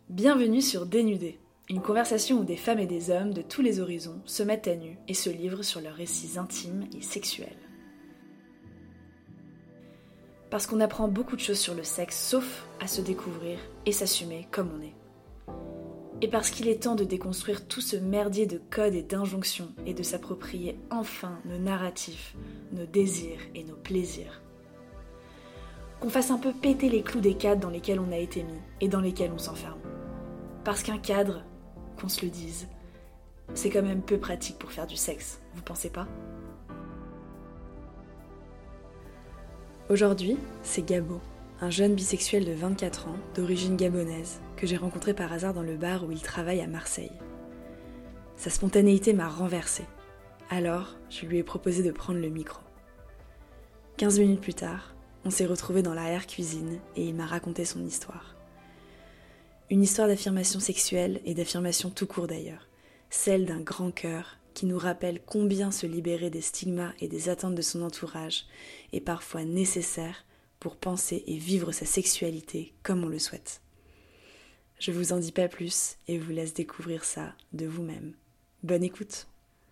Bienvenue sur Dénudé, une conversation où des femmes et des hommes de tous les horizons se mettent à nu et se livrent sur leurs récits intimes et sexuels. Parce qu'on apprend beaucoup de choses sur le sexe, sauf à se découvrir et s'assumer comme on est. Et parce qu'il est temps de déconstruire tout ce merdier de codes et d'injonctions et de s'approprier enfin nos narratifs, nos désirs et nos plaisirs. Qu'on fasse un peu péter les clous des cadres dans lesquels on a été mis et dans lesquels on s'enferme. Parce qu'un cadre, qu'on se le dise, c'est quand même peu pratique pour faire du sexe, vous pensez pas ? Aujourd'hui, c'est Gabo, un jeune bisexuel de 24 ans, d'origine gabonaise, que j'ai rencontré par hasard dans le bar où il travaille à Marseille. Sa spontanéité m'a renversée. Alors, je lui ai proposé de prendre le micro. 15 minutes plus tard, on s'est retrouvés dans l'arrière-cuisine et il m'a raconté son histoire. Une histoire d'affirmation sexuelle et d'affirmation tout court d'ailleurs, celle d'un grand cœur qui nous rappelle combien se libérer des stigmas et des attentes de son entourage est parfois nécessaire pour penser et vivre sa sexualité comme on le souhaite. Je vous en dis pas plus et vous laisse découvrir ça de vous-même. Bonne écoute.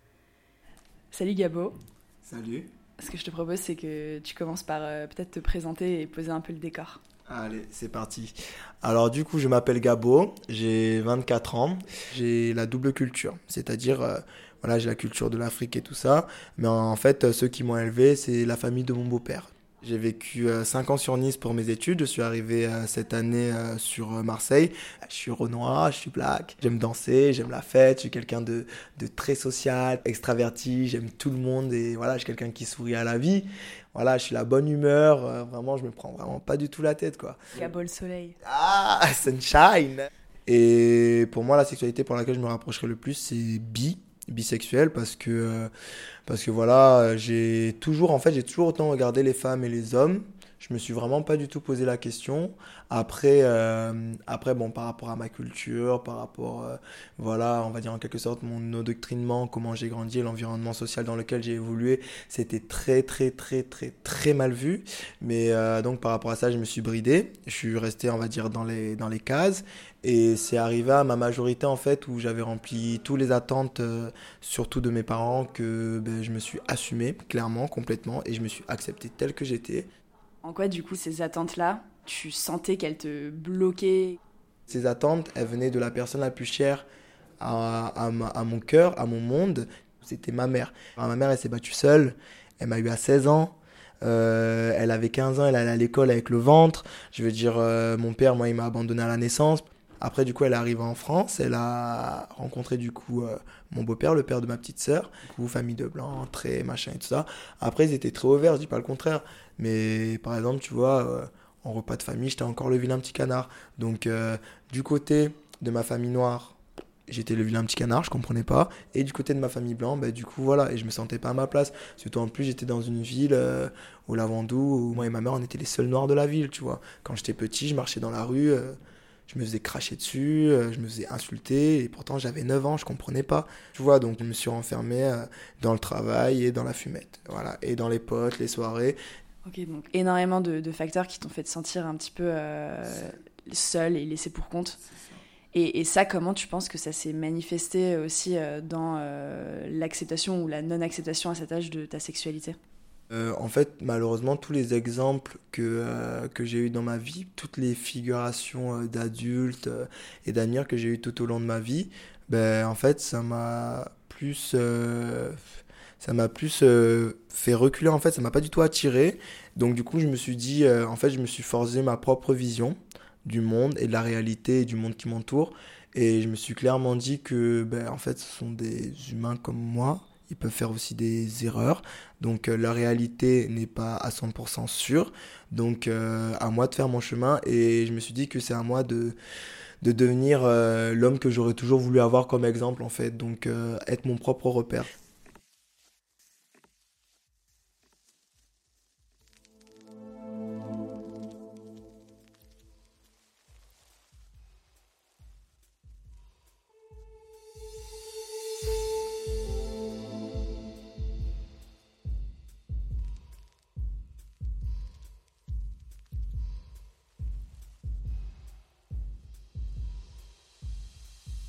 Salut Gabo. Salut. Ce que je te propose, c'est que tu commences par peut-être te présenter et poser un peu le décor. Allez, c'est parti. Alors du coup, je m'appelle Gabo, j'ai 24 ans, j'ai la double culture, c'est-à-dire, voilà, j'ai la culture de l'Afrique et tout ça, mais en fait, ceux qui m'ont élevé, c'est la famille de mon beau-père. J'ai vécu 5 ans sur Nice pour mes études, je suis arrivé cette année sur Marseille. Je suis renois, je suis black, j'aime danser, j'aime la fête, je suis quelqu'un de très social, extraverti, j'aime tout le monde et voilà, je suis quelqu'un qui sourit à la vie. Voilà, je suis la bonne humeur, vraiment, je me prends vraiment pas du tout la tête, quoi. Gabo le soleil. Ah, sunshine! Et pour moi, la sexualité pour laquelle je me rapprocherai le plus, c'est bisexuel, parce que voilà, j'ai toujours autant regardé les femmes et les hommes. Je me suis vraiment pas du tout posé la question. Après, bon, par rapport à ma culture, par rapport, voilà, on va dire en quelque sorte mon endoctrinement, comment j'ai grandi, l'environnement social dans lequel j'ai évolué, c'était très, très, très, très, très mal vu. Mais donc par rapport à ça, je me suis bridé. Je suis resté, on va dire, dans les cases. Et c'est arrivé à ma majorité, en fait, où j'avais rempli toutes les attentes, surtout de mes parents, que je me suis assumé, clairement, complètement, et je me suis accepté tel que j'étais. En quoi, du coup, ces attentes-là, tu sentais qu'elles te bloquaient ? Ces attentes, elles venaient de la personne la plus chère à mon cœur, à mon monde. C'était ma mère. Alors, ma mère, elle s'est battue seule. Elle m'a eu à 16 ans. Elle avait 15 ans, elle allait à l'école avec le ventre. Je veux dire, mon père, moi, il m'a abandonné à la naissance. Après, du coup, elle est arrivée en France. Elle a rencontré, du coup, mon beau-père, le père de ma petite sœur. Du coup, famille de blancs, très machin et tout ça. Après, ils étaient très ouverts, je dis pas le contraire. Mais par exemple, tu vois, en repas de famille, j'étais encore le vilain petit canard. Donc, du côté de ma famille noire, j'étais le vilain petit canard, je comprenais pas. Et du côté de ma famille blanche, du coup, voilà. Et je me sentais pas à ma place. Surtout en plus, j'étais dans une ville, au Lavandou, où moi et ma mère, on était les seuls noirs de la ville, tu vois. Quand j'étais petit, je marchais dans la rue, je me faisais cracher dessus, je me faisais insulter. Et pourtant, j'avais 9 ans, je comprenais pas. Tu vois, donc je me suis renfermé dans le travail et dans la fumette. Voilà. Et dans les potes, les soirées. Ok, donc énormément de facteurs qui t'ont fait te sentir un petit peu seul et laissé pour compte. Et ça, comment tu penses que ça s'est manifesté aussi dans l'acceptation ou la non-acceptation à cet âge de ta sexualité ? En fait, malheureusement, tous les exemples que j'ai eu dans ma vie, toutes les figurations d'adultes et d'amis que j'ai eu tout au long de ma vie, en fait, ça m'a plus fait reculer. En fait, ça m'a pas du tout attiré. Donc, du coup, je me suis dit, en fait, je me suis forgé ma propre vision du monde et de la réalité et du monde qui m'entoure. Et je me suis clairement dit que, en fait, ce sont des humains comme moi. Ils peuvent faire aussi des erreurs. Donc, la réalité n'est pas à 100% sûre. Donc, à moi de faire mon chemin. Et je me suis dit que c'est à moi de devenir l'homme que j'aurais toujours voulu avoir comme exemple, en fait. Donc, être mon propre repère.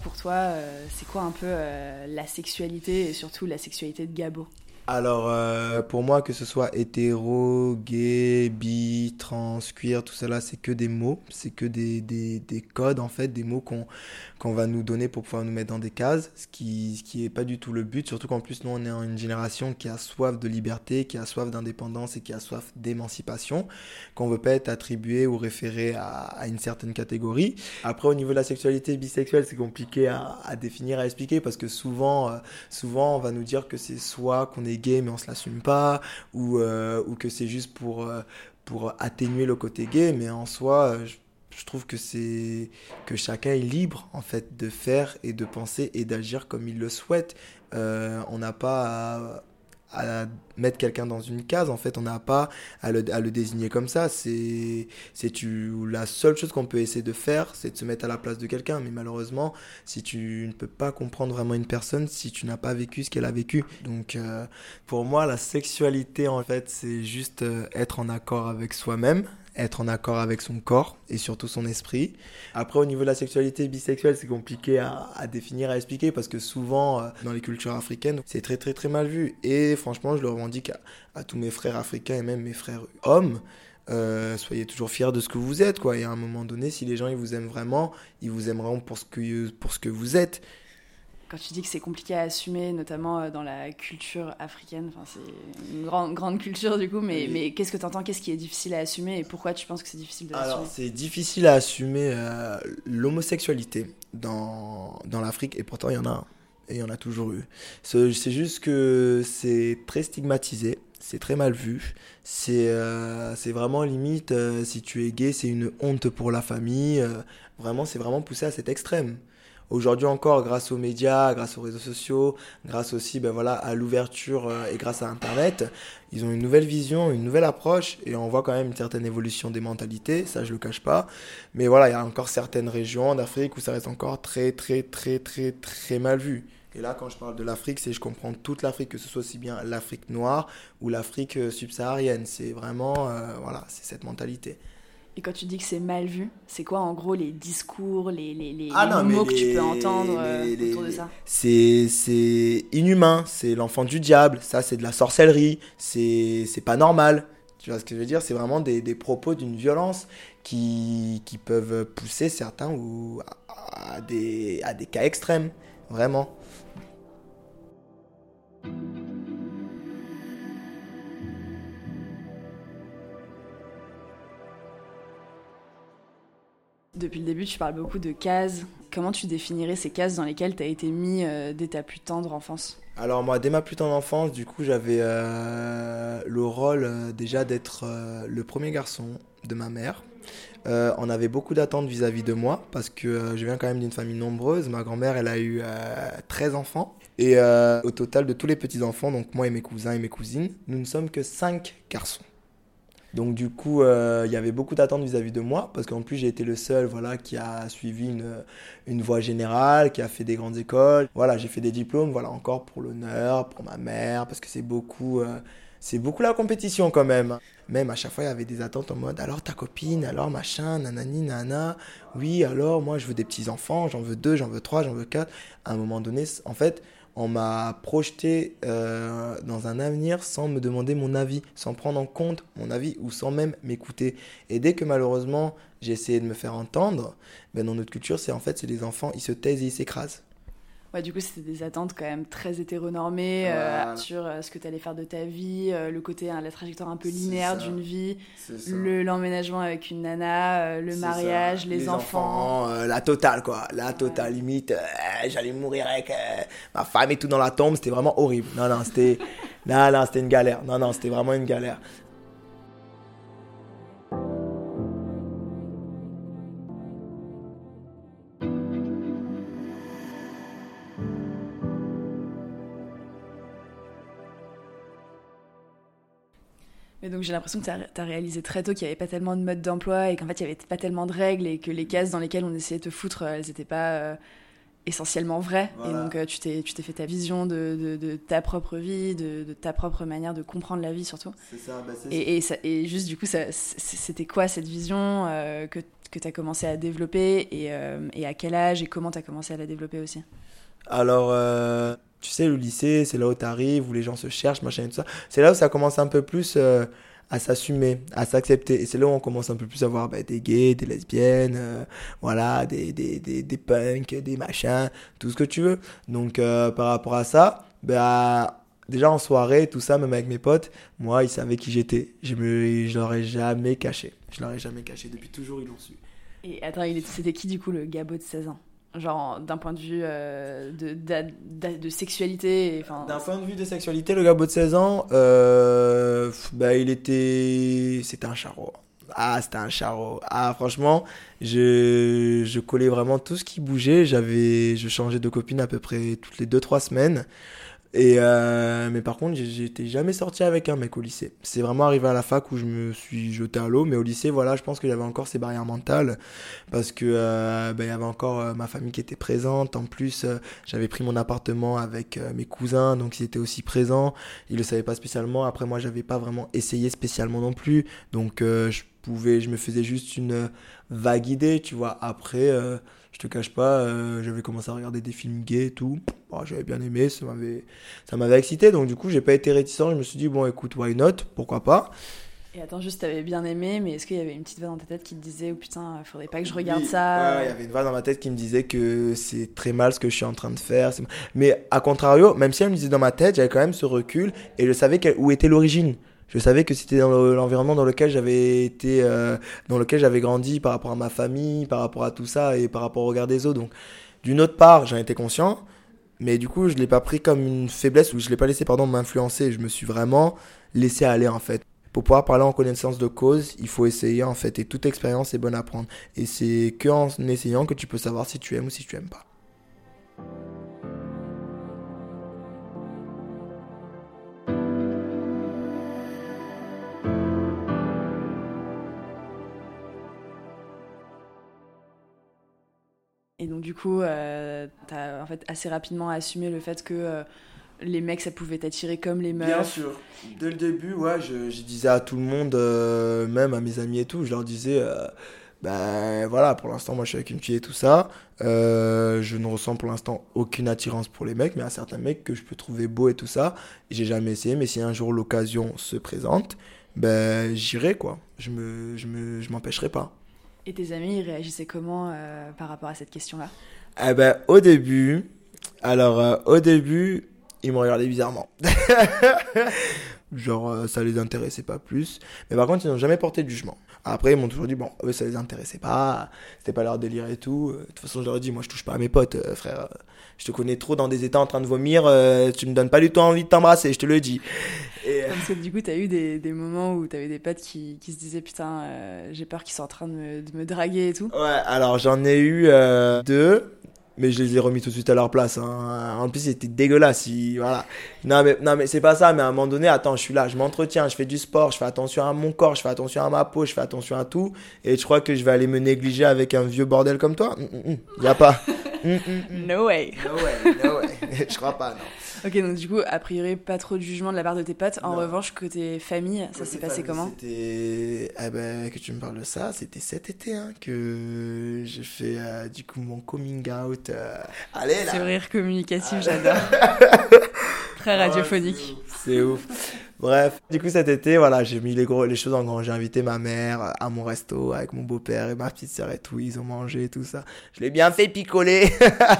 pour toi, c'est quoi un peu la sexualité et surtout la sexualité de Gabo? Alors, pour moi, que ce soit hétéro, gay, bi, trans, queer, tout ça là, c'est que des mots, c'est que des codes, en fait, des mots qu'on va nous donner pour pouvoir nous mettre dans des cases, ce qui est pas du tout le but, surtout qu'en plus, nous, on est en une génération qui a soif de liberté, qui a soif d'indépendance et qui a soif d'émancipation, qu'on veut pas être attribué ou référé à une certaine catégorie. Après, au niveau de la sexualité bisexuelle, c'est compliqué à définir, à expliquer, parce que souvent, on va nous dire que c'est soit qu'on est gay mais on se l'assume pas, ou que c'est juste pour atténuer le côté gay, mais en soi, je trouve que chacun est libre en fait de faire et de penser et d'agir comme il le souhaite. On n'a pas à mettre quelqu'un dans une case, en fait, on n'a pas à le désigner comme ça. La seule chose qu'on peut essayer de faire, c'est de se mettre à la place de quelqu'un. Mais malheureusement, si tu ne peux pas comprendre vraiment une personne, si tu n'as pas vécu ce qu'elle a vécu. Donc, pour moi, la sexualité, en fait, c'est juste être en accord avec soi-même, être en accord avec son corps et surtout son esprit. Après, au niveau de la sexualité bisexuelle, c'est compliqué à définir, à expliquer, parce que souvent, dans les cultures africaines, c'est très très très mal vu. Et franchement, je le revendique à tous mes frères africains et même mes frères hommes. Soyez toujours fiers de ce que vous êtes, quoi. Et à un moment donné, si les gens ils vous aiment vraiment, ils vous aimeront pour ce que vous êtes. Quand tu dis que c'est compliqué à assumer, notamment dans la culture africaine, enfin, c'est une grande culture du coup, mais qu'est-ce que tu entends, qu'est-ce qui est difficile à assumer et pourquoi tu penses que c'est difficile de l'assumer? Alors, c'est difficile à assumer l'homosexualité dans l'Afrique, et pourtant il y en a un, et il y en a toujours eu. C'est juste que c'est très stigmatisé, c'est très mal vu, c'est vraiment limite, si tu es gay, c'est une honte pour la famille, vraiment, c'est vraiment poussé à cet extrême. Aujourd'hui encore, grâce aux médias, grâce aux réseaux sociaux, grâce aussi à l'ouverture et grâce à Internet, ils ont une nouvelle vision, une nouvelle approche, et on voit quand même une certaine évolution des mentalités, ça je le cache pas. Mais voilà, il y a encore certaines régions d'Afrique où ça reste encore très très très très très mal vu. Et là, quand je parle de l'Afrique, je comprends toute l'Afrique, que ce soit aussi bien l'Afrique noire ou l'Afrique subsaharienne. C'est vraiment, c'est cette mentalité. Et quand tu dis que c'est mal vu, c'est quoi en gros les discours, les Non, mots que tu peux entendre autour de ça? C'est inhumain, c'est l'enfant du diable, ça c'est de la sorcellerie, c'est pas normal. Tu vois ce que je veux dire? C'est vraiment des propos d'une violence qui peuvent pousser certains à des cas extrêmes, vraiment. Depuis le début, tu parles beaucoup de cases. Comment tu définirais ces cases dans lesquelles tu as été mis dès ta plus tendre enfance? Alors moi, dès ma plus tendre enfance, du coup, j'avais le rôle déjà d'être le premier garçon de ma mère. On avait beaucoup d'attentes vis-à-vis de moi, parce que je viens quand même d'une famille nombreuse. Ma grand-mère, elle a eu 13 enfants. Et au total de tous les petits-enfants, donc moi et mes cousins et mes cousines, nous ne sommes que 5 garçons. Donc du coup, il y avait beaucoup d'attentes vis-à-vis de moi, parce qu'en plus j'ai été le seul qui a suivi une voie générale, qui a fait des grandes écoles. Voilà, j'ai fait des diplômes, encore pour l'honneur, pour ma mère, parce que c'est beaucoup la compétition quand même. Même à chaque fois, il y avait des attentes en mode, alors ta copine, alors machin, nanani, nana. Oui, alors moi je veux des petits-enfants, j'en veux 2, j'en veux 3, j'en veux 4. À un moment donné, en fait, on m'a projeté dans un avenir sans me demander mon avis, sans prendre en compte mon avis ou sans même m'écouter. Et dès que malheureusement j'ai essayé de me faire entendre, dans notre culture, c'est les enfants, ils se taisent et ils s'écrasent. Ouais, du coup, c'était des attentes quand même très hétéronormées sur ce que tu allais faire de ta vie, le côté, la trajectoire un peu linéaire d'une vie, l'emménagement avec une nana, le mariage, les enfants. La totale, quoi. La totale, limite, j'allais mourir avec ma femme et tout dans la tombe, c'était vraiment horrible. Non, c'était une galère. Non, c'était vraiment une galère. Mais donc j'ai l'impression que t'as réalisé très tôt qu'il n'y avait pas tellement de mode d'emploi et qu'en fait il n'y avait pas tellement de règles et que les cases dans lesquelles on essayait de te foutre, elles n'étaient pas essentiellement vrai. Voilà. Et donc, tu t'es fait ta vision de ta propre vie, de ta propre manière de comprendre la vie, surtout. C'est ça, bah c'est Et juste, du coup, c'était quoi cette vision que tu as commencé à développer et à quel âge et comment tu as commencé à la développer aussi? Alors, tu sais, le lycée, c'est là où tu arrives, où les gens se cherchent, machin et tout ça. C'est là où ça commence un peu plus à s'assumer, à s'accepter. Et c'est là où on commence un peu plus à voir des gays, des lesbiennes, voilà, des punks, des machins, tout ce que tu veux. Donc, par rapport à ça, déjà en soirée, tout ça, même avec mes potes, moi, ils savaient qui j'étais. Je leur ai jamais caché. Je leur ai jamais caché. Depuis toujours, ils l'ont su. Et attends, c'était qui, du coup, le Gabo de 16 ans? Genre, d'un point de vue de sexualité, D'un point de vue de sexualité, le Gabo de 16 ans, c'était un charreau. Ah, c'était un charreau. Ah, franchement, je collais vraiment tout ce qui bougeait. Je changeais de copine à peu près toutes les 2-3 semaines. Mais par contre, j'étais jamais sorti avec un mec au lycée. C'est vraiment arrivé à la fac où je me suis jeté à l'eau. Mais au lycée, voilà, je pense que j'avais encore ces barrières mentales. Parce que il y avait encore ma famille qui était présente. En plus, j'avais pris mon appartement avec mes cousins. Donc, ils étaient aussi présents. Ils le savaient pas spécialement. Après, moi, j'avais pas vraiment essayé spécialement non plus. Donc, je me faisais juste une vague idée, tu vois. Après, je te cache pas, j'avais commencé à regarder des films gays et tout. Bon, j'avais bien aimé, ça m'avait excité. Donc, du coup, j'ai pas été réticent. Je me suis dit, bon, écoute, why not? Pourquoi pas? Et attends, juste, t'avais bien aimé, mais est-ce qu'il y avait une petite voix dans ta tête qui te disait, oh putain, faudrait pas que je regarde Oui, ça? ouais, il y avait une voix dans ma tête qui me disait que c'est très mal ce que je suis en train de faire. Mais à contrario, même si elle me disait dans ma tête, j'avais quand même ce recul et je savais où était l'origine. Je savais que c'était dans l'environnement dans lequel j'avais été, dans lequel j'avais grandi par rapport à ma famille, par rapport à tout ça et par rapport au regard des autres. Donc, d'une autre part, j'en étais conscient, mais du coup, je l'ai pas pris comme une faiblesse ou je l'ai pas laissé, m'influencer. Je me suis vraiment laissé aller en fait. Pour pouvoir parler en connaissance de cause, il faut essayer en fait et toute expérience est bonne à prendre. Et c'est que en essayant que tu peux savoir si tu aimes ou si tu aimes pas. Et donc, du coup, t'as en fait assez rapidement assumé le fait que les mecs, ça pouvait t'attirer comme les meufs. Bien sûr. Dès le début, ouais, je disais à tout le monde, même à mes amis et tout, je leur disais, voilà, pour l'instant, moi je suis avec une fille et tout ça. Je ne ressens pour l'instant aucune attirance pour les mecs, mais à certains mecs que je peux trouver beaux et tout ça. J'ai jamais essayé, mais si un jour l'occasion se présente, j'irai quoi. Je m'empêcherai pas. Et tes amis, ils réagissaient comment par rapport à cette question-là? Au début, ils m'ont regardé bizarrement. Genre, ça les intéressait pas plus. Mais par contre, ils n'ont jamais porté de jugement. Après, ils m'ont toujours dit, bon, eux, ça les intéressait pas. C'était pas leur délire et tout. De toute façon, je leur ai dit, moi, je touche pas à mes potes, frère. Je te connais trop dans des états en train de vomir. Tu me donnes pas du tout envie de t'embrasser, je te le dis. Parce que du coup, t'as eu des moments où t'avais des potes qui se disaient, putain, j'ai peur qu'ils soient en train de me draguer et tout. Ouais, alors j'en ai eu 2. Mais je les ai remis tout de suite à leur place. Hein. En plus, c'était dégueulasse. Voilà. Non, mais c'est pas ça. Mais à un moment donné, attends, je suis là, je m'entretiens, je fais du sport, je fais attention à mon corps, je fais attention à ma peau, je fais attention à tout. Et je crois que je vais aller me négliger avec un vieux bordel comme toi. Y a pas. No way. No way. Je crois pas, non. Ok, donc du coup, a priori, pas trop de jugement de la part de tes potes. En revanche, côté famille, ça s'est passé comment? C'était... que tu me parles de ça, c'était cet été que j'ai fait du coup mon coming out. Allez là. C'est rire communicatif, j'adore. Très radiophonique. C'est ouf. Bref, du coup cet été, voilà, j'ai mis les choses en grand. J'ai invité ma mère à mon resto avec mon beau-père et ma petite sœur et tout. Ils ont mangé et tout ça. Je l'ai bien fait picoler.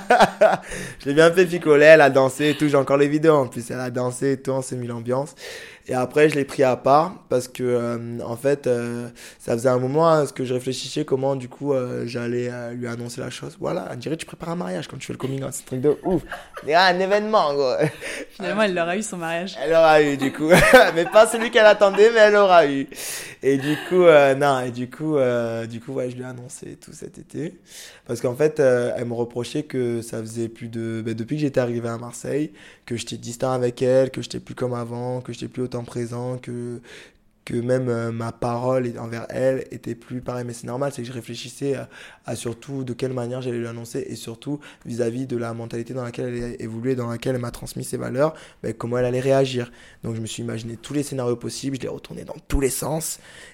Elle a dansé et tout. J'ai encore les vidéos en plus. Elle a dansé et tout. On s'est mis l'ambiance. Et après, je l'ai pris à part parce que, en fait, ça faisait un moment que je réfléchissais comment, du coup, j'allais lui annoncer la chose. Voilà, on dirait que tu prépares un mariage quand tu fais le coming out. C'est un truc de ouf. Il y a un événement, gros. Finalement, elle l'aura eu son mariage. Elle aura eu, du coup. Mais pas celui qu'elle attendait, mais elle aura eu. Et du coup, ouais, je lui ai annoncé tout cet été. Parce qu'en fait, elle me reprochait que ça faisait depuis que j'étais arrivé à Marseille, que j'étais distant avec elle, que j'étais plus comme avant, que j'étais plus autant présent, que que même ma parole envers elle était plus pareille. Mais c'est normal, c'est que je réfléchissais à surtout de quelle manière j'allais lui annoncer et surtout vis-à-vis de la mentalité dans laquelle elle a évolué, dans laquelle elle m'a transmis ses valeurs, ben, comment elle allait réagir. Donc je me suis imaginé tous les scénarios possibles, je l'ai retourné dans tous les sens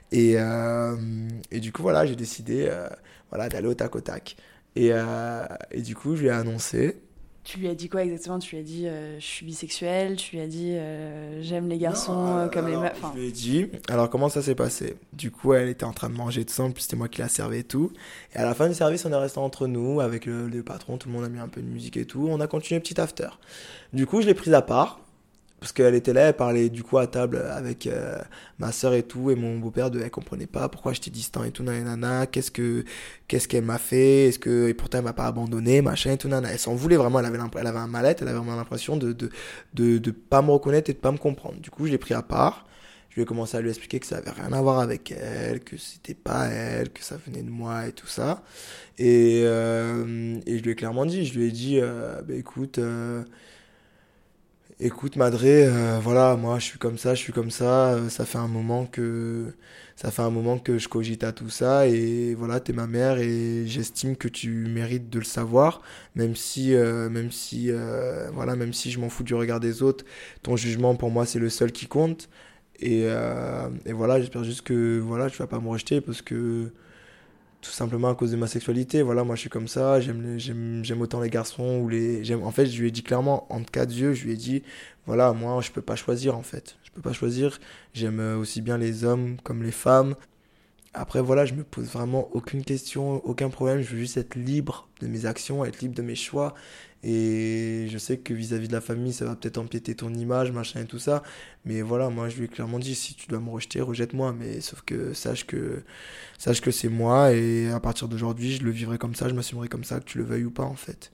et du coup voilà, j'ai décidé voilà, d'aller au tac au tac. Et du coup, je lui ai annoncé. Tu lui as dit quoi exactement? Tu lui as dit je suis bisexuel, tu lui as dit j'aime les garçons comme les meufs. Enfin... Je lui ai dit, alors comment ça s'est passé? Du coup, elle était en train de manger de sang, puis c'était moi qui la servais et tout. Et à la fin du service, on est resté entre nous, avec le patron, tout le monde a mis un peu de musique et tout. On a continué petit after. Du coup, je l'ai prise à part. Parce qu'elle était là, elle parlait du coup à table avec ma soeur et tout, et mon beau-père, elle comprenait pas pourquoi j'étais distant et tout, nanana, qu'est-ce qu'elle m'a fait, et pourtant elle m'a pas abandonné, machin et tout, nanana. Elle s'en voulait vraiment, elle avait un mal-être, elle avait vraiment l'impression de pas me reconnaître et de pas me comprendre. Du coup, je l'ai pris à part, je lui ai commencé à lui expliquer que ça avait rien à voir avec elle, que c'était pas elle, que ça venait de moi et tout ça. Et je lui ai clairement dit, je lui ai dit, bah écoute Madré, voilà, moi je suis comme ça, ça fait un moment que je cogite à tout ça et voilà, t'es ma mère et j'estime que tu mérites de le savoir, même si je m'en fous du regard des autres, ton jugement pour moi c'est le seul qui compte et voilà, j'espère juste que voilà, tu vas pas me rejeter parce que tout simplement à cause de ma sexualité. Voilà, moi je suis comme ça, j'aime autant les garçons ou en fait, je lui ai dit clairement, entre quatre yeux, je lui ai dit, voilà, moi je peux pas choisir en fait. Je peux pas choisir, j'aime aussi bien les hommes comme les femmes. Après, voilà, je me pose vraiment aucune question, aucun problème. Je veux juste être libre de mes actions, être libre de mes choix. Et je sais que vis-à-vis de la famille, ça va peut-être empiéter ton image, machin et tout ça. Mais voilà, moi, je lui ai clairement dit, si tu dois me rejeter, rejette-moi. Mais sauf que sache que c'est moi. Et à partir d'aujourd'hui, je le vivrai comme ça, je m'assumerai comme ça, que tu le veuilles ou pas, en fait.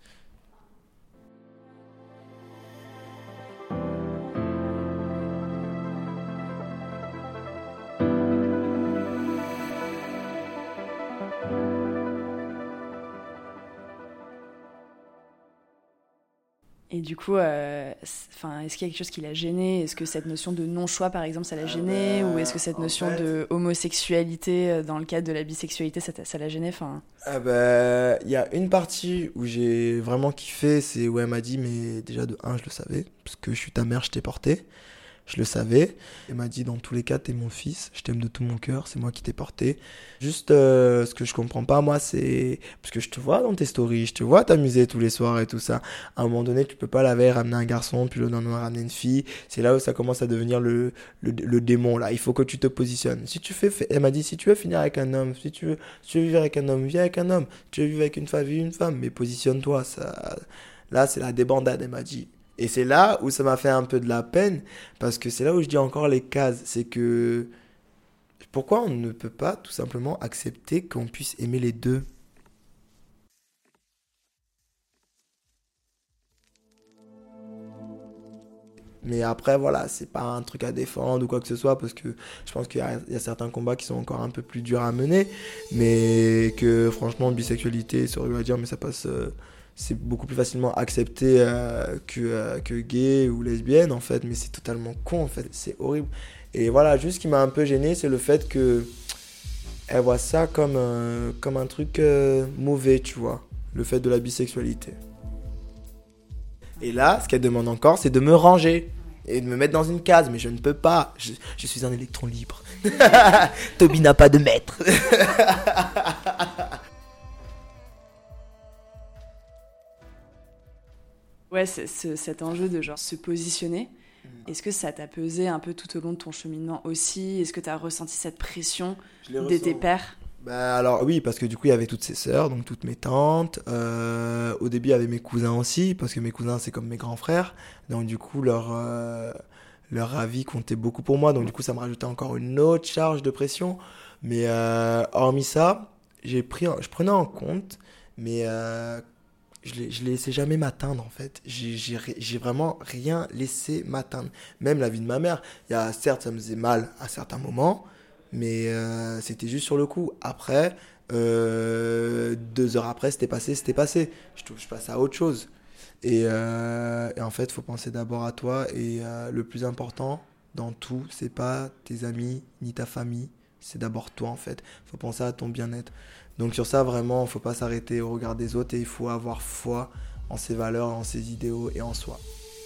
Et du coup, est-ce qu'il y a quelque chose qui l'a gêné? Est-ce que cette notion de non-choix, par exemple, ça l'a gêné? Ou est-ce que cette notion de homosexualité dans le cadre de la bisexualité, ça l'a gêné? Il y a une partie où j'ai vraiment kiffé, c'est où elle m'a dit, mais déjà de un, je le savais, parce que je suis ta mère, je t'ai porté. Je le savais. Elle m'a dit, dans tous les cas, t'es mon fils, je t'aime de tout mon cœur, c'est moi qui t'ai porté. Juste, ce que je comprends pas, moi, c'est... Parce que je te vois dans tes stories, je te vois t'amuser tous les soirs et tout ça. À un moment donné, tu peux pas la veille ramener un garçon, puis le lendemain ramener une fille. C'est là où ça commence à devenir le démon, là. Il faut que tu te positionnes. Si tu Elle m'a dit, si tu veux finir avec un homme, si tu veux vivre avec un homme, viens avec un homme. Si tu veux vivre avec une femme, vis une femme. Mais positionne-toi, ça... Là, c'est la débandade, elle m'a dit. Et c'est là où ça m'a fait un peu de la peine, parce que c'est là où je dis encore les cases. C'est que pourquoi on ne peut pas tout simplement accepter qu'on puisse aimer les deux? Mais après, voilà, c'est pas un truc à défendre ou quoi que ce soit, parce que je pense qu'il y a certains combats qui sont encore un peu plus durs à mener, mais que franchement, bisexualité, c'est horrible à dire, mais ça passe. C'est beaucoup plus facilement accepté que gay ou lesbienne en fait, mais c'est totalement con en fait, c'est horrible. Et voilà, juste ce qui m'a un peu gêné, c'est le fait que elle voit ça comme un truc mauvais, tu vois, le fait de la bisexualité. Et là, ce qu'elle demande encore, c'est de me ranger et de me mettre dans une case, mais je ne peux pas, je suis un électron libre. Toby n'a pas de maître. Ouais, cet enjeu de genre se positionner, est-ce que ça t'a pesé un peu tout au long de ton cheminement aussi? Est-ce que t'as ressenti cette pression de tes pairs? Bah alors oui, parce que du coup il y avait toutes ses sœurs, donc toutes mes tantes. Au début il y avait mes cousins aussi, parce que mes cousins c'est comme mes grands frères. Donc du coup leur avis comptait beaucoup pour moi, donc du coup ça me rajoutait encore une autre charge de pression. Mais hormis ça, je prenais en compte, mais je laissais jamais m'atteindre en fait. J'ai vraiment rien laissé m'atteindre. Même la vie de ma mère, certes ça me faisait mal à certains moments, mais c'était juste sur le coup. Après, 2 heures après, c'était passé, c'était passé. Je passe à autre chose. Et en fait, il faut penser d'abord à toi. Et le plus important, dans tout. C'est pas tes amis ni ta famille, c'est d'abord toi en fait. Faut penser à ton bien-être. Donc sur ça, vraiment, faut pas s'arrêter au regard des autres et il faut avoir foi en ses valeurs, en ses idéaux et en soi.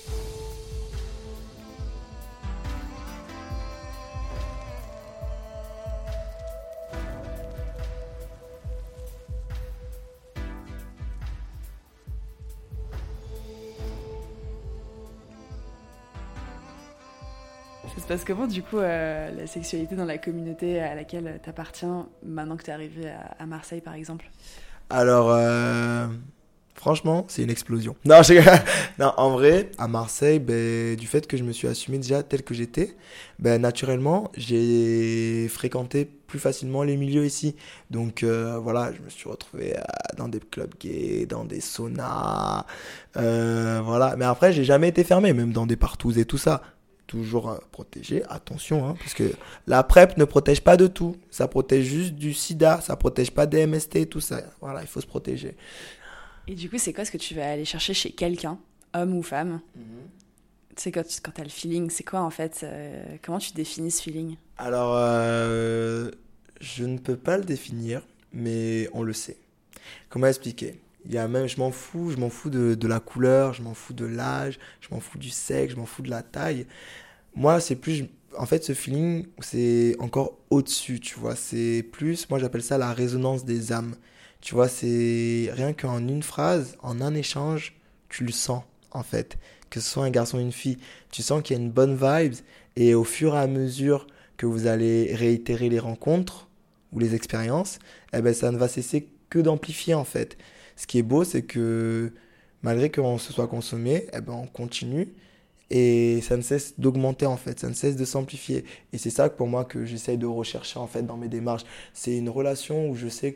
Ça se passe comment du coup la sexualité dans la communauté à laquelle t'appartiens maintenant que t'es arrivé à Marseille par exemple? Alors, franchement, c'est une explosion. Non, non, en vrai, à Marseille, ben, du fait que je me suis assumé déjà tel que j'étais, ben, naturellement, j'ai fréquenté plus facilement les milieux ici. Donc voilà, je me suis retrouvé dans des clubs gays, dans des saunas, voilà. Mais après, j'ai jamais été fermé, même dans des partous et tout ça. Toujours protégé, attention, hein, parce que la PrEP ne protège pas de tout. Ça protège juste du sida, ça protège pas des MST, tout ça. Voilà, il faut se protéger. Et du coup, c'est quoi ce que tu vas aller chercher chez quelqu'un, homme ou femme? Tu sais, quand t'as le feeling, c'est quoi en fait? Comment tu définis ce feeling? Alors, je ne peux pas le définir, mais on le sait. Comment expliquer? Il y a même, je m'en fous de la couleur, je m'en fous de l'âge, je m'en fous du sexe, je m'en fous de la taille. Moi, c'est plus, en fait, ce feeling, c'est encore au-dessus, tu vois. C'est plus, moi, j'appelle ça la résonance des âmes. Tu vois, c'est rien qu'en une phrase, en un échange, tu le sens, en fait. Que ce soit un garçon ou une fille, tu sens qu'il y a une bonne vibe. Et au fur et à mesure que vous allez réitérer les rencontres ou les expériences, eh ben, ça ne va cesser que d'amplifier, en fait. Ce qui est beau, c'est que malgré qu'on se soit consommé, eh ben, on continue. Et ça ne cesse d'augmenter en fait, ça ne cesse de s'amplifier. Et c'est ça que pour moi que j'essaye de rechercher en fait dans mes démarches. C'est une relation où je sais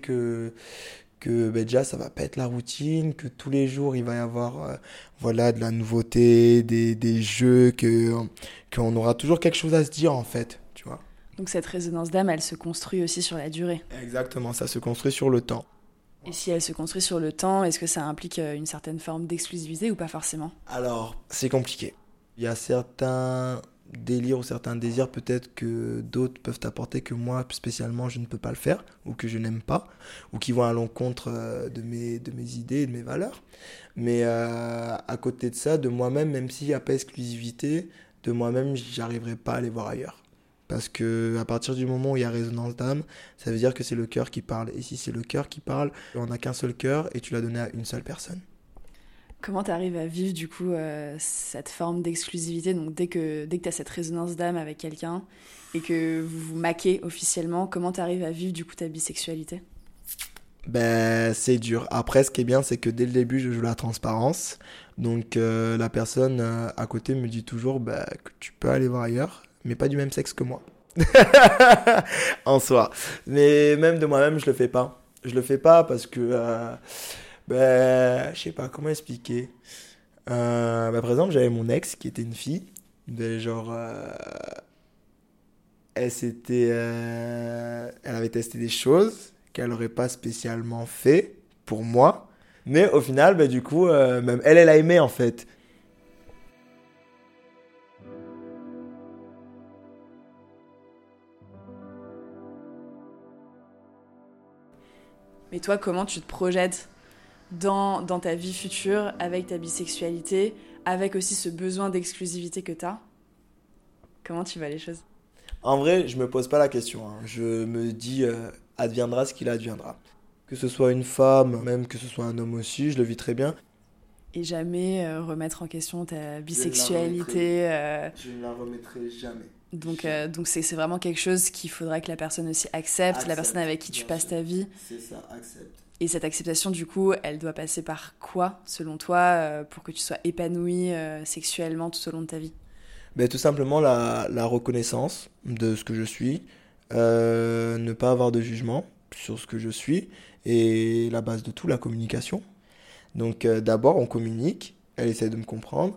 que ben déjà ça va pas être la routine, que tous les jours il va y avoir voilà, de la nouveauté, des jeux, qu'on aura toujours quelque chose à se dire en fait, tu vois. Donc cette résonance d'âme, elle se construit aussi sur la durée. Exactement, ça se construit sur le temps. Et si elle se construit sur le temps, est-ce que ça implique une certaine forme d'exclusivité ou pas forcément? Alors, c'est compliqué. Il y a certains délires ou certains désirs peut-être que d'autres peuvent apporter que moi spécialement je ne peux pas le faire ou que je n'aime pas ou qui vont à l'encontre de mes idées et de mes valeurs. Mais à côté de ça, de moi-même, même s'il n'y a pas exclusivité, de moi-même, j'arriverai pas à les voir ailleurs. Parce que à partir du moment où il y a résonance d'âme, ça veut dire que c'est le cœur qui parle. Et si c'est le cœur qui parle, on n'a qu'un seul cœur et tu l'as donné à une seule personne. Comment tu arrives à vivre du coup cette forme d'exclusivité? Donc dès que tu as cette résonance d'âme avec quelqu'un et que vous vous maquez officiellement, comment tu arrives à vivre du coup ta bisexualité? Ben, c'est dur. Après, ce qui est bien, c'est que dès le début, je joue la transparence. Donc, la personne à côté me dit toujours ben, que tu peux aller voir ailleurs, mais pas du même sexe que moi. En soi. Mais même de moi-même, je le fais pas. Je le fais pas parce que, ben, je sais pas comment expliquer. Ben, par exemple, j'avais mon ex qui était une fille. Ben, genre, elle avait testé des choses qu'elle n'aurait pas spécialement fait pour moi. Mais au final, bah, du coup, même elle a aimé en fait. Mais toi, comment tu te projettes dans ta vie future avec ta bisexualité, avec aussi ce besoin d'exclusivité que tu as? Comment tu vois les choses? En vrai, je me pose pas la question, hein. Je me dis, adviendra ce qu'il adviendra. Que ce soit une femme, même que ce soit un homme aussi, je le vis très bien. Et jamais remettre en question ta Je ne la bisexualité. Je ne la remettrai jamais. Donc c'est vraiment quelque chose qu'il faudra que la personne aussi accepte, la personne avec qui tu passes ta vie. C'est ça, accepte. Et cette acceptation, du coup, elle doit passer par quoi, selon toi, pour que tu sois épanoui sexuellement tout au long de ta vie? Ben, tout simplement la reconnaissance de ce que je suis, ne pas avoir de jugement sur ce que je suis, et la base de tout, la communication. Donc d'abord, on communique, elle essaie de me comprendre,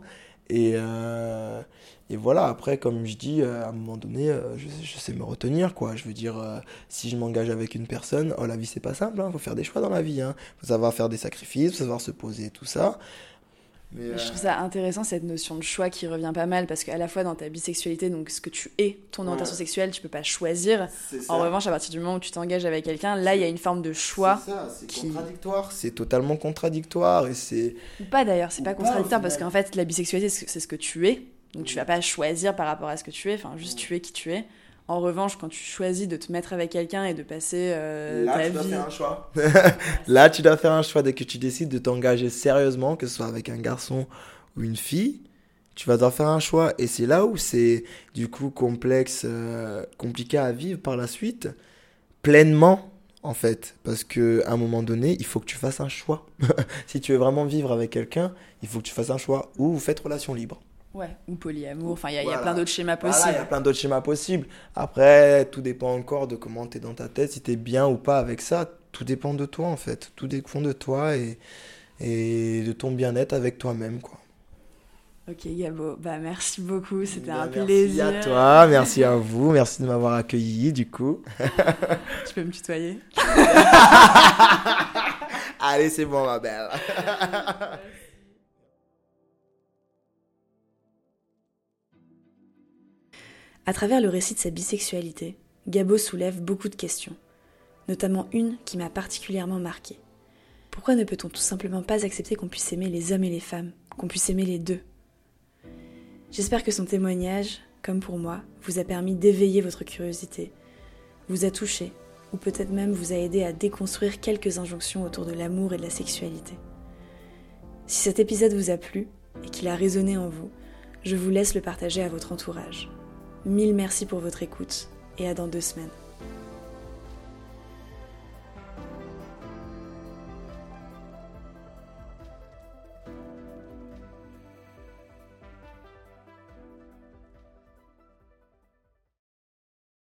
et voilà, après, comme je dis, à un moment donné, je sais me retenir, quoi. Je veux dire, si je m'engage avec une personne, oh, la vie, c'est pas simple, hein, faut faire des choix dans la vie, hein. Faut savoir faire des sacrifices, faut savoir se poser, tout ça. Mais, Je trouve ça intéressant, cette notion de choix qui revient pas mal, parce qu'à la fois dans ta bisexualité, donc ce que tu es, ton orientation sexuelle, tu peux pas choisir. En revanche, à partir du moment où tu t'engages avec quelqu'un, là, il y a une forme de choix. C'est ça, c'est contradictoire. C'est totalement contradictoire. Et c'est... Ou pas d'ailleurs, c'est Ou pas pas, contradictoire, au parce final. qu'en fait, la bisexualité, c'est ce que tu es. Donc tu vas pas choisir par rapport à ce que tu es, enfin, juste tu es qui tu es. En revanche, quand tu choisis de te mettre avec quelqu'un et de passer Là, ta tu dois vie... faire un choix. Là, tu dois faire un choix. Dès que tu décides de t'engager sérieusement, que ce soit avec un garçon ou une fille, tu vas devoir faire un choix. Et c'est là où c'est du coup complexe, compliqué à vivre par la suite, pleinement en fait. Parce qu'à un moment donné, il faut que tu fasses un choix. Si tu veux vraiment vivre avec quelqu'un, il faut que tu fasses un choix. Ou vous faites relation libre. Ouais, ou polyamour, enfin, il y a Voilà. plein d'autres schémas Voilà, possibles. il y a plein d'autres schémas possibles. Après, tout dépend encore de comment tu es dans ta tête, si tu es bien ou pas avec ça. Tout dépend de toi, en fait. Tout dépend de toi et de ton bien-être avec toi-même, quoi. Ok, Gabo, bah merci beaucoup, c'était un Merci plaisir. à toi, merci à vous, merci de m'avoir accueilli, du coup. Tu peux me tutoyer? Allez, c'est bon, ma belle. À travers le récit de sa bisexualité, Gabo soulève beaucoup de questions, notamment une qui m'a particulièrement marquée. Pourquoi ne peut-on tout simplement pas accepter qu'on puisse aimer les hommes et les femmes, qu'on puisse aimer les deux? J'espère que son témoignage, comme pour moi, vous a permis d'éveiller votre curiosité, vous a touché, ou peut-être même vous a aidé à déconstruire quelques injonctions autour de l'amour et de la sexualité. Si cet épisode vous a plu et qu'il a résonné en vous, je vous laisse le partager à votre entourage. 1000 merci pour votre écoute et à dans 2 semaines.